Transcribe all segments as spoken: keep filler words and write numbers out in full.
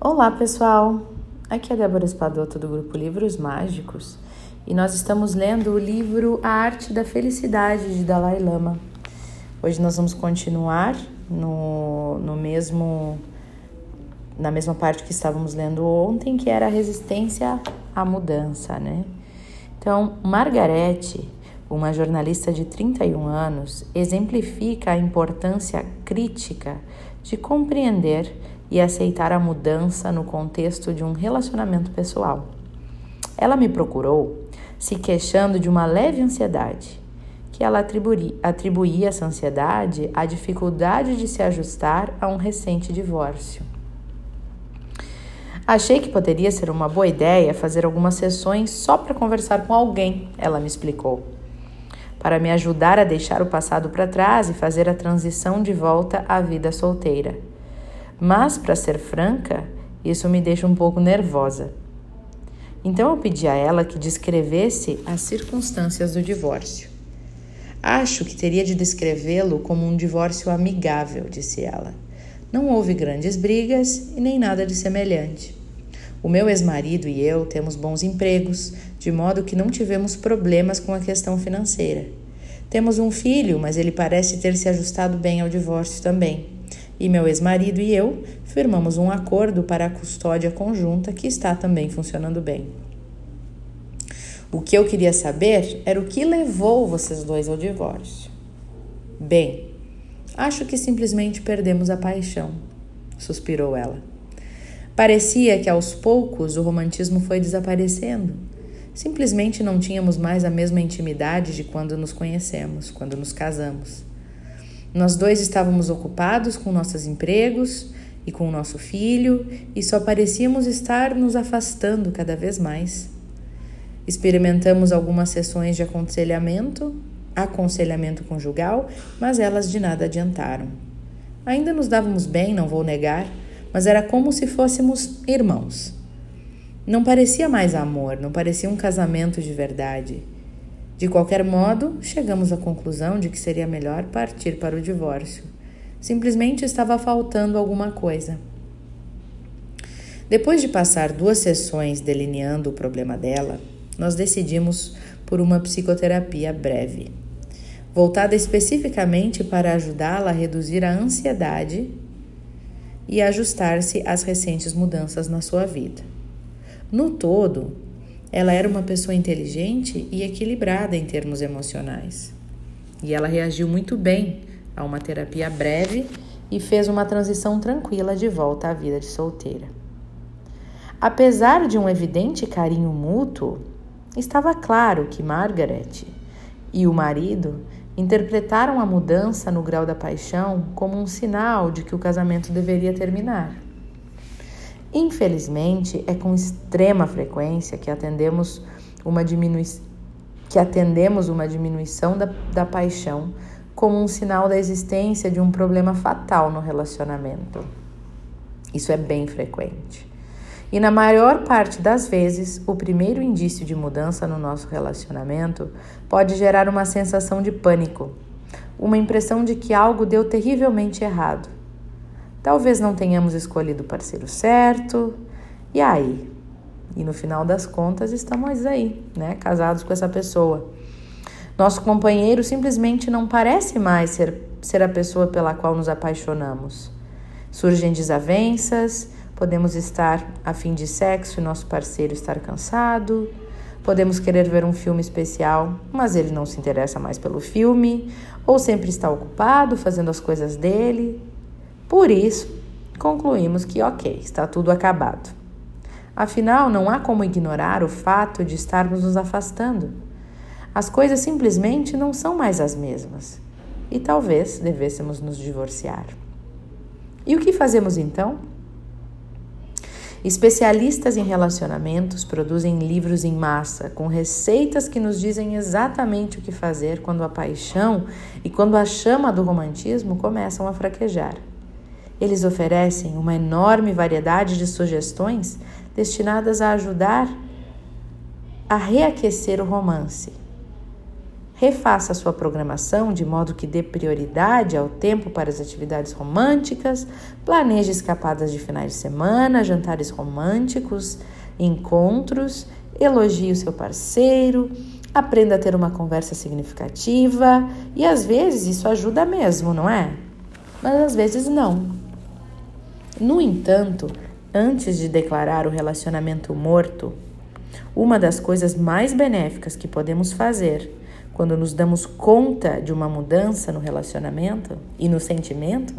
Olá, pessoal! Aqui é a Débora Espadoto do Grupo Livros Mágicos e nós estamos lendo o livro A Arte da Felicidade de Dalai Lama. Hoje nós vamos continuar no, no mesmo, na mesma parte que estávamos lendo ontem, que era a resistência à mudança, né? Então, Margarete, uma jornalista de trinta e um anos, exemplifica a importância crítica de compreender e aceitar a mudança no contexto de um relacionamento pessoal. Ela me procurou se queixando de uma leve ansiedade, que ela atribuía, atribuía essa ansiedade à dificuldade de se ajustar a um recente divórcio. Achei que poderia ser uma boa ideia fazer algumas sessões só para conversar com alguém, ela me explicou, para me ajudar a deixar o passado para trás e fazer a transição de volta à vida solteira. Mas, para ser franca, isso me deixa um pouco nervosa. Então eu pedi a ela que descrevesse as circunstâncias do divórcio. Acho que teria de descrevê-lo como um divórcio amigável, disse ela. Não houve grandes brigas e nem nada de semelhante. O meu ex-marido e eu temos bons empregos, de modo que não tivemos problemas com a questão financeira. Temos um filho, mas ele parece ter se ajustado bem ao divórcio também. E meu ex-marido e eu firmamos um acordo para a custódia conjunta que está também funcionando bem. O que eu queria saber era o que levou vocês dois ao divórcio. Bem, acho que simplesmente perdemos a paixão, suspirou ela. Parecia que aos poucos o romantismo foi desaparecendo. Simplesmente não tínhamos mais a mesma intimidade de quando nos conhecemos, quando nos casamos. Nós dois estávamos ocupados com nossos empregos e com o nosso filho e só parecíamos estar nos afastando cada vez mais. Experimentamos algumas sessões de aconselhamento, aconselhamento conjugal, mas elas de nada adiantaram. Ainda nos dávamos bem, não vou negar, mas era como se fôssemos irmãos. Não parecia mais amor, não parecia um casamento de verdade. De qualquer modo, chegamos à conclusão de que seria melhor partir para o divórcio. Simplesmente estava faltando alguma coisa. Depois de passar duas sessões delineando o problema dela, nós decidimos por uma psicoterapia breve, voltada especificamente para ajudá-la a reduzir a ansiedade e ajustar-se às recentes mudanças na sua vida. No todo, ela era uma pessoa inteligente e equilibrada em termos emocionais. E ela reagiu muito bem a uma terapia breve e fez uma transição tranquila de volta à vida de solteira. Apesar de um evidente carinho mútuo, estava claro que Margaret e o marido interpretaram a mudança no grau da paixão como um sinal de que o casamento deveria terminar. Infelizmente, é com extrema frequência que atendemos uma, diminui... que atendemos uma diminuição da, da paixão como um sinal da existência de um problema fatal no relacionamento. Isso é bem frequente. E na maior parte das vezes, o primeiro indício de mudança no nosso relacionamento pode gerar uma sensação de pânico, uma impressão de que algo deu terrivelmente errado. Talvez não tenhamos escolhido o parceiro certo, e aí? E no final das contas estamos aí, né, casados com essa pessoa. Nosso companheiro simplesmente não parece mais ser, ser a pessoa pela qual nos apaixonamos. Surgem desavenças, podemos estar a fim de sexo e nosso parceiro estar cansado, podemos querer ver um filme especial, mas ele não se interessa mais pelo filme, ou sempre está ocupado fazendo as coisas dele. Por isso, concluímos que, ok, está tudo acabado. Afinal, não há como ignorar o fato de estarmos nos afastando. As coisas simplesmente não são mais as mesmas. E talvez devêssemos nos divorciar. E o que fazemos então? Especialistas em relacionamentos produzem livros em massa com receitas que nos dizem exatamente o que fazer quando a paixão e quando a chama do romantismo começam a fraquejar. Eles oferecem uma enorme variedade de sugestões destinadas a ajudar a reaquecer o romance, Refaça a sua programação de modo que dê prioridade ao tempo para as atividades românticas, planeje escapadas de finais de semana, jantares românticos, encontros, elogie o seu parceiro, aprenda a ter uma conversa significativa e às vezes isso ajuda mesmo, não é? Mas às vezes não. No entanto, antes de declarar o relacionamento morto, uma das coisas mais benéficas que podemos fazer quando nos damos conta de uma mudança no relacionamento e no sentimento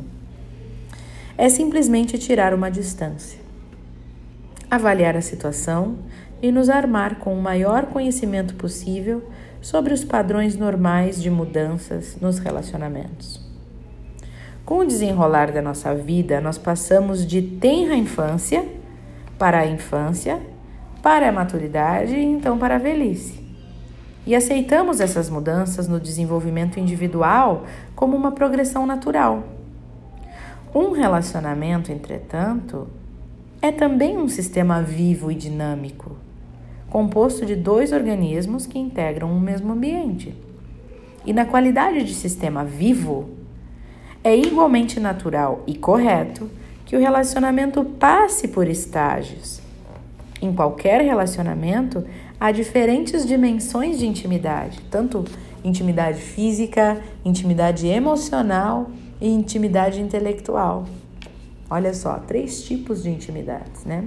é simplesmente tirar uma distância, avaliar a situação e nos armar com o maior conhecimento possível sobre os padrões normais de mudanças nos relacionamentos. Com o desenrolar da nossa vida, nós passamos de tenra infância para a infância, para a maturidade e então para a velhice. E aceitamos essas mudanças no desenvolvimento individual como uma progressão natural. Um relacionamento, entretanto, é também um sistema vivo e dinâmico, composto de dois organismos que integram um mesmo ambiente. E na qualidade de sistema vivo, é igualmente natural e correto que o relacionamento passe por estágios. Em qualquer relacionamento, há diferentes dimensões de intimidade, tanto intimidade física, intimidade emocional e intimidade intelectual. Olha só, três tipos de intimidades, né?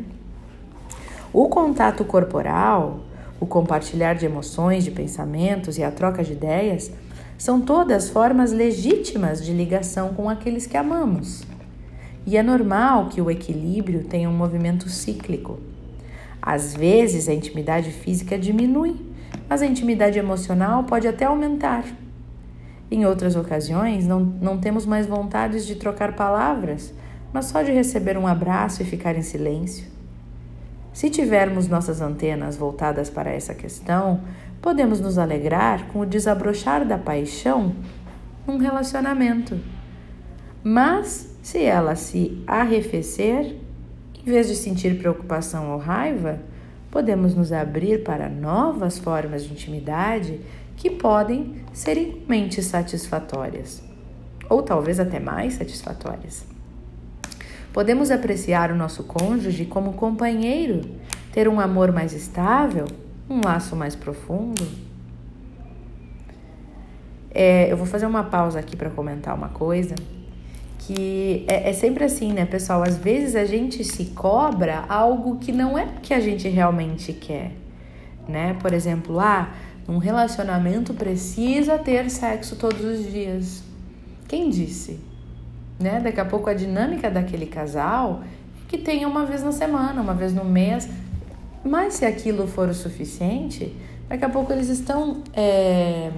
O contato corporal, o compartilhar de emoções, de pensamentos e a troca de ideias são todas formas legítimas de ligação com aqueles que amamos. E é normal que o equilíbrio tenha um movimento cíclico. Às vezes a intimidade física diminui, mas a intimidade emocional pode até aumentar. Em outras ocasiões, não, não temos mais vontades de trocar palavras, mas só de receber um abraço e ficar em silêncio. Se tivermos nossas antenas voltadas para essa questão, podemos nos alegrar com o desabrochar da paixão num relacionamento. Mas, se ela se arrefecer, em vez de sentir preocupação ou raiva, podemos nos abrir para novas formas de intimidade que podem ser igualmente satisfatórias, ou talvez até mais satisfatórias. Podemos apreciar o nosso cônjuge como companheiro, ter um amor mais estável, um laço mais profundo. É, eu vou fazer uma pausa aqui para comentar uma coisa. Que é, é sempre assim, né, pessoal? Às vezes a gente se cobra algo que não é o que a gente realmente quer, né? Por exemplo, ah, um relacionamento precisa ter sexo todos os dias. Quem disse? Né? Daqui a pouco a dinâmica daquele casal é que tenha uma vez na semana, uma vez no mês. Mas se aquilo for o suficiente, daqui a pouco eles estão... É...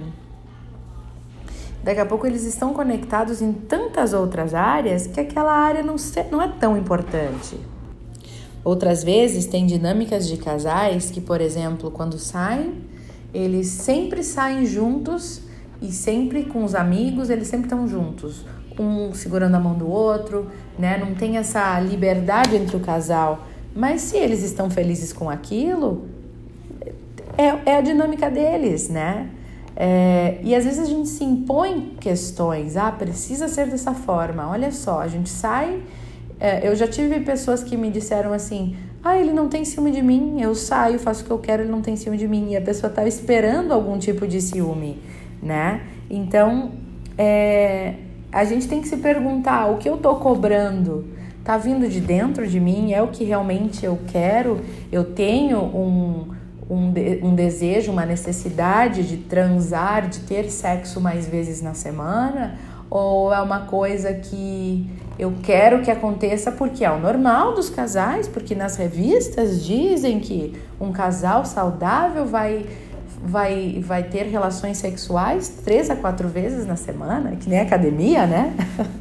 Daqui a pouco eles estão conectados em tantas outras áreas que aquela área não, se, não é tão importante. Outras vezes tem dinâmicas de casais que, por exemplo, quando saem, eles sempre saem juntos e sempre com os amigos, eles sempre estão juntos, um segurando a mão do outro, né? Não tem essa liberdade entre o casal. Mas se eles estão felizes com aquilo, é, é a dinâmica deles, né? É, e às vezes a gente se impõe questões, ah, precisa ser dessa forma, olha só, a gente sai, é, eu já tive pessoas que me disseram assim, ah, ele não tem ciúme de mim, eu saio, faço o que eu quero, ele não tem ciúme de mim, e a pessoa tá esperando algum tipo de ciúme, né? Então, é, a gente tem que se perguntar, o que eu tô cobrando tá vindo de dentro de mim, é o que realmente eu quero, eu tenho um... Um, de, um desejo, uma necessidade de transar, de ter sexo mais vezes na semana, ou é uma coisa que eu quero que aconteça porque é o normal dos casais, porque nas revistas dizem que um casal saudável vai, vai, vai ter relações sexuais três a quatro vezes na semana, que nem academia, né?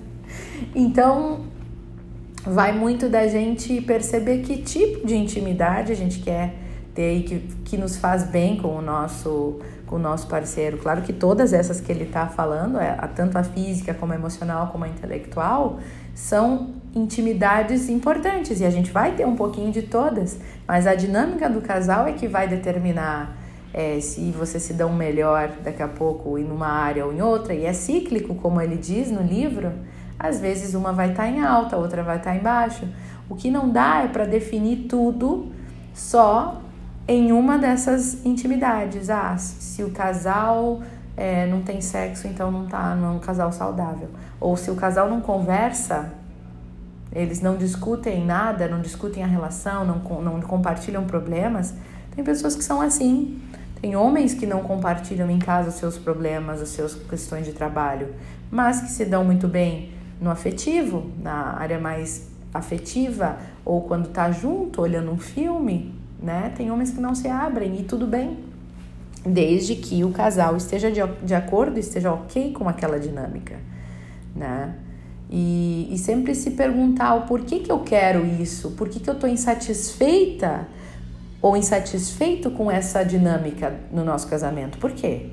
Então, vai muito da gente perceber que tipo de intimidade a gente quer ter e que, que nos faz bem com o nosso, com o nosso parceiro. Claro que todas essas que ele está falando, é, tanto a física como a emocional como a intelectual, são intimidades importantes e a gente vai ter um pouquinho de todas, mas a dinâmica do casal é que vai determinar é, se vocês se dão melhor daqui a pouco em uma área ou em outra, e é cíclico, como ele diz no livro, às vezes uma vai estar em alta, a outra vai estar em baixo. O que não dá é para definir tudo só em uma dessas intimidades. Ah, se o casal é, não tem sexo, então não tá, não é um casal saudável. Ou se o casal não conversa, eles não discutem nada, não discutem a relação, não, não compartilham problemas. Tem pessoas que são assim. Tem homens que não compartilham em casa os seus problemas, as suas questões de trabalho, mas que se dão muito bem no afetivo, na área mais afetiva, ou quando tá junto, olhando um filme, né? Tem homens que não se abrem e tudo bem, desde que o casal esteja de, de acordo, esteja ok com aquela dinâmica, né? E, e sempre se perguntar o porquê que eu quero isso, por que que eu tô insatisfeita ou insatisfeito com essa dinâmica no nosso casamento. Por quê?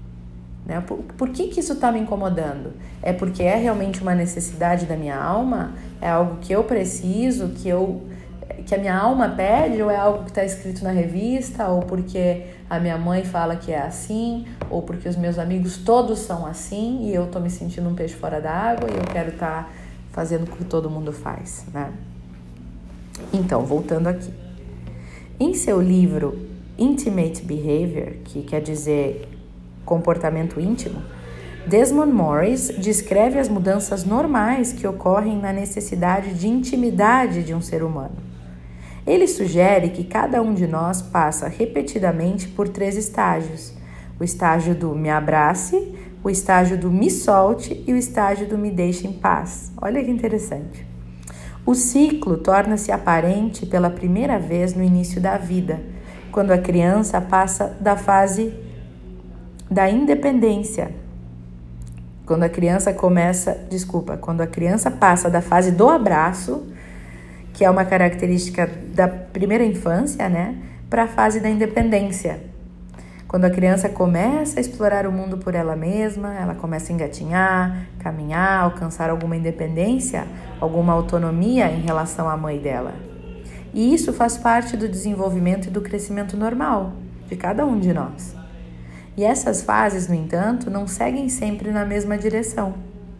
Né? Por, por que que isso está me incomodando? É porque é realmente uma necessidade da minha alma? É algo que eu preciso, que, eu, que a minha alma pede? Ou é algo que está escrito na revista? Ou porque a minha mãe fala que é assim? Ou porque os meus amigos todos são assim e eu estou me sentindo um peixe fora d'água e eu quero estar tá fazendo o que todo mundo faz, né? Então, voltando aqui. Em seu livro Intimate Behavior, que quer dizer comportamento íntimo, Desmond Morris descreve as mudanças normais que ocorrem na necessidade de intimidade de um ser humano. Ele sugere que cada um de nós passa repetidamente por três estágios: o estágio do me abrace, o estágio do me solte e o estágio do me deixe em paz. Olha que interessante. O ciclo torna-se aparente pela primeira vez no início da vida, quando a criança passa da fase da independência. Quando a criança começa, desculpa, quando a criança passa da fase do abraço, que é uma característica da primeira infância, né, para a fase da independência. Quando a criança começa a explorar o mundo por ela mesma, ela começa a engatinhar, caminhar, alcançar alguma independência, alguma autonomia em relação à mãe dela. E isso faz parte do desenvolvimento e do crescimento normal de cada um de nós. E essas fases, no entanto, não seguem sempre na mesma direção.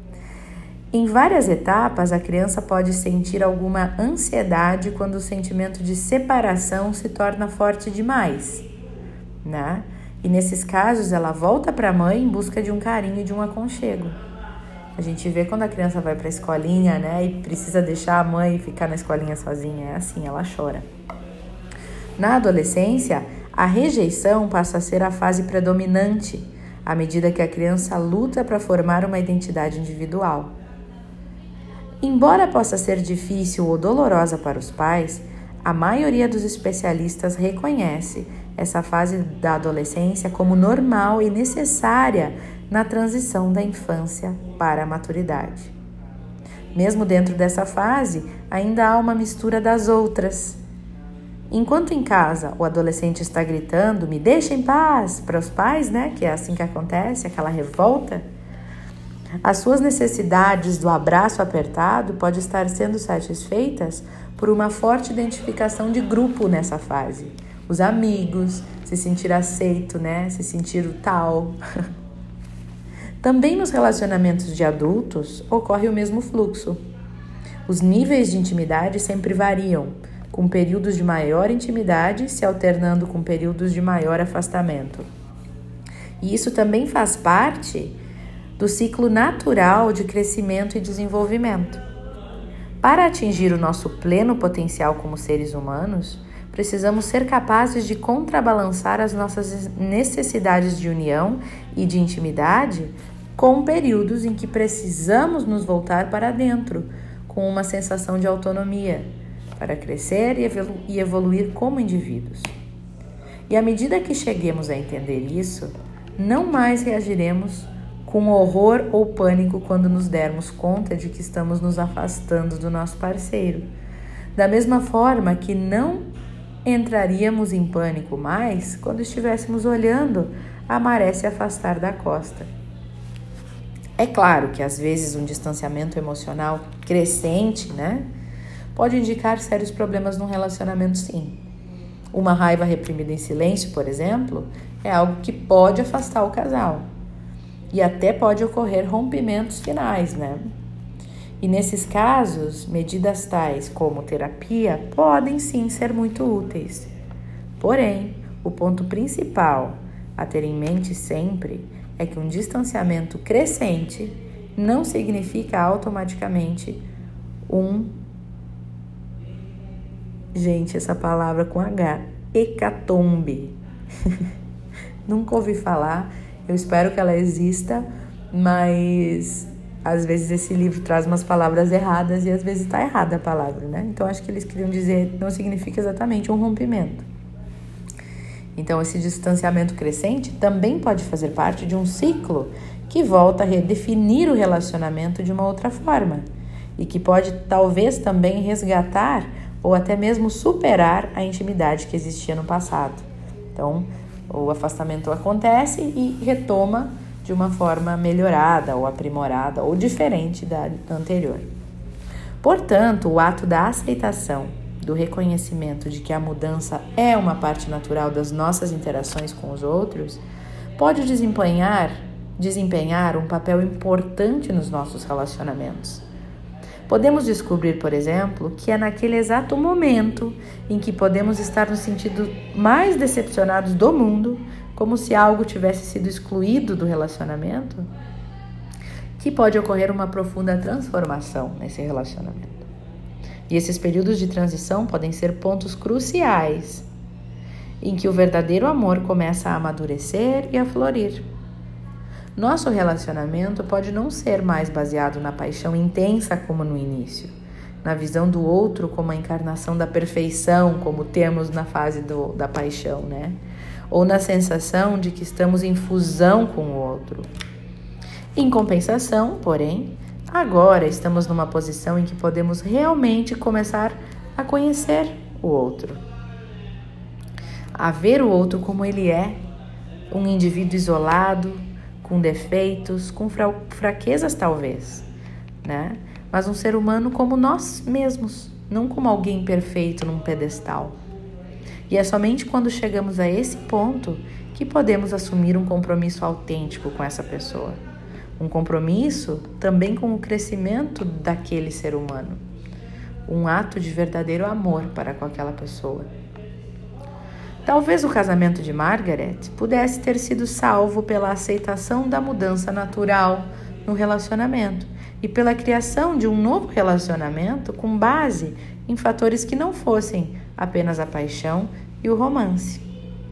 Em várias etapas, a criança pode sentir alguma ansiedade quando o sentimento de separação se torna forte demais, né? E nesses casos, ela volta para a mãe em busca de um carinho e de um aconchego. A gente vê quando a criança vai para a escolinha, né, e precisa deixar a mãe ficar na escolinha sozinha. É assim, ela chora. Na adolescência, a rejeição passa a ser a fase predominante, à medida que a criança luta para formar uma identidade individual. Embora possa ser difícil ou dolorosa para os pais, a maioria dos especialistas reconhece essa fase da adolescência como normal e necessária na transição da infância para a maturidade. Mesmo dentro dessa fase, ainda há uma mistura das outras. Enquanto em casa o adolescente está gritando, me deixa em paz, para os pais, né, que é assim que acontece, aquela revolta, as suas necessidades do abraço apertado podem estar sendo satisfeitas por uma forte identificação de grupo nessa fase. Os amigos, se sentir aceito, né? Se sentir o tal. Também nos relacionamentos de adultos ocorre o mesmo fluxo. Os níveis de intimidade sempre variam, com períodos de maior intimidade se alternando com períodos de maior afastamento. E isso também faz parte do ciclo natural de crescimento e desenvolvimento. Para atingir o nosso pleno potencial como seres humanos, precisamos ser capazes de contrabalançar as nossas necessidades de união e de intimidade com períodos em que precisamos nos voltar para dentro, com uma sensação de autonomia, para crescer e evoluir como indivíduos. E à medida que cheguemos a entender isso, não mais reagiremos com horror ou pânico quando nos dermos conta de que estamos nos afastando do nosso parceiro. Da mesma forma que não entraríamos em pânico mais quando estivéssemos olhando a maré se afastar da costa. É claro que às vezes um distanciamento emocional crescente, né, pode indicar sérios problemas no relacionamento, sim. Uma raiva reprimida em silêncio, por exemplo, é algo que pode afastar o casal. E até pode ocorrer rompimentos finais, né? E nesses casos, medidas tais como terapia podem sim ser muito úteis. Porém, o ponto principal a ter em mente sempre é que um distanciamento crescente não significa automaticamente um... Gente, essa palavra com H, hecatombe. Nunca ouvi falar, eu espero que ela exista, mas às vezes esse livro traz umas palavras erradas e às vezes está errada a palavra, né? Então acho que eles queriam dizer, não significa exatamente um rompimento. Então esse distanciamento crescente também pode fazer parte de um ciclo que volta a redefinir o relacionamento de uma outra forma e que pode talvez também resgatar ou até mesmo superar a intimidade que existia no passado. Então o afastamento acontece e retoma de uma forma melhorada ou aprimorada ou diferente da anterior. Portanto, o ato da aceitação, do reconhecimento de que a mudança é uma parte natural das nossas interações com os outros, pode desempenhar, desempenhar um papel importante nos nossos relacionamentos. Podemos descobrir, por exemplo, que é naquele exato momento em que podemos estar nos sentindo mais decepcionados do mundo, como se algo tivesse sido excluído do relacionamento, que pode ocorrer uma profunda transformação nesse relacionamento. E esses períodos de transição podem ser pontos cruciais em que o verdadeiro amor começa a amadurecer e a florir. Nosso relacionamento pode não ser mais baseado na paixão intensa como no início, na visão do outro como a encarnação da perfeição, como temos na fase do, da paixão, né? Ou na sensação de que estamos em fusão com o outro. Em compensação, porém, agora estamos numa posição em que podemos realmente começar a conhecer o outro, a ver o outro como ele é, um indivíduo isolado, com defeitos, com fra- fraquezas talvez, né? Mas um ser humano como nós mesmos, não como alguém perfeito num pedestal. E é somente quando chegamos a esse ponto que podemos assumir um compromisso autêntico com essa pessoa. Um compromisso também com o crescimento daquele ser humano. Um ato de verdadeiro amor para com aquela pessoa. Talvez o casamento de Margaret pudesse ter sido salvo pela aceitação da mudança natural no relacionamento e pela criação de um novo relacionamento com base em fatores que não fossem apenas a paixão e o romance.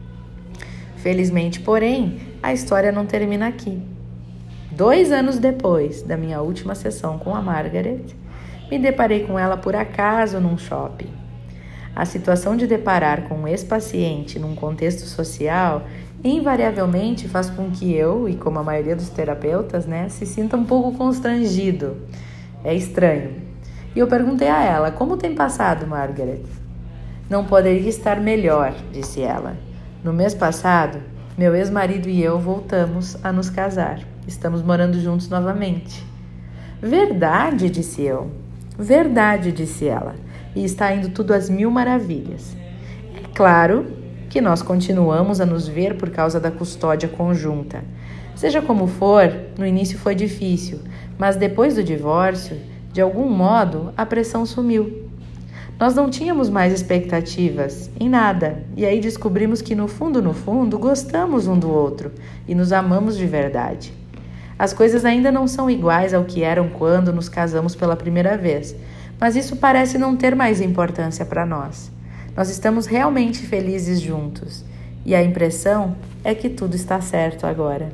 Felizmente, porém, a história não termina aqui. Dois anos depois da minha última sessão com a Margaret, me deparei com ela por acaso num shopping. A situação de deparar com um ex-paciente num contexto social invariavelmente faz com que eu, e como a maioria dos terapeutas, né, se sinta um pouco constrangido. É estranho. E eu perguntei a ela, como tem passado, Margaret? Não poderia estar melhor, disse ela. No mês passado, meu ex-marido e eu voltamos a nos casar. Estamos morando juntos novamente. Verdade, disse eu. Verdade, disse ela. E está indo tudo às mil maravilhas. É claro que nós continuamos a nos ver por causa da custódia conjunta. Seja como for, no início foi difícil, mas depois do divórcio, de algum modo, a pressão sumiu. Nós não tínhamos mais expectativas em nada, e aí descobrimos que no fundo, no fundo, gostamos um do outro e nos amamos de verdade. As coisas ainda não são iguais ao que eram quando nos casamos pela primeira vez, mas isso parece não ter mais importância para nós. Nós estamos realmente felizes juntos, e a impressão é que tudo está certo agora.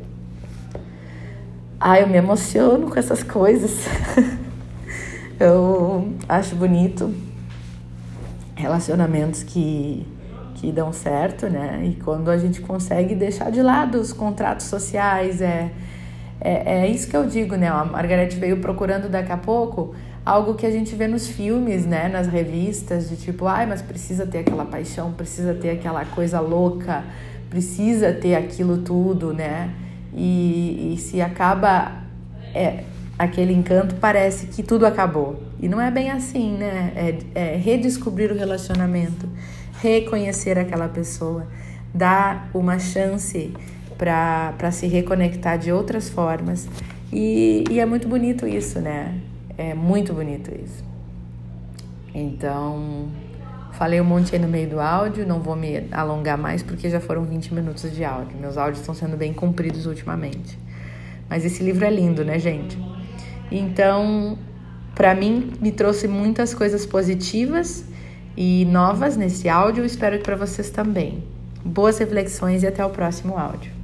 Ah, eu me emociono com essas coisas. Eu acho bonito relacionamentos que, que dão certo, né? E quando a gente consegue deixar de lado os contratos sociais, é, é, é isso que eu digo, né? A Margaret veio procurando daqui a pouco algo que a gente vê nos filmes, né? Nas revistas, de tipo, ai, mas precisa ter aquela paixão, precisa ter aquela coisa louca, precisa ter aquilo tudo, né? E, e se acaba é, aquele encanto, parece que tudo acabou. E não é bem assim, né? É, é redescobrir o relacionamento, reconhecer aquela pessoa, dar uma chance para se reconectar de outras formas. E, e é muito bonito isso, né? É muito bonito isso. Então, falei um monte aí no meio do áudio, não vou me alongar mais porque já foram vinte minutos de áudio. Meus áudios estão sendo bem compridos ultimamente. Mas esse livro é lindo, né, gente? Então, para mim, me trouxe muitas coisas positivas e novas nesse áudio. Espero que para vocês também. Boas reflexões e até o próximo áudio.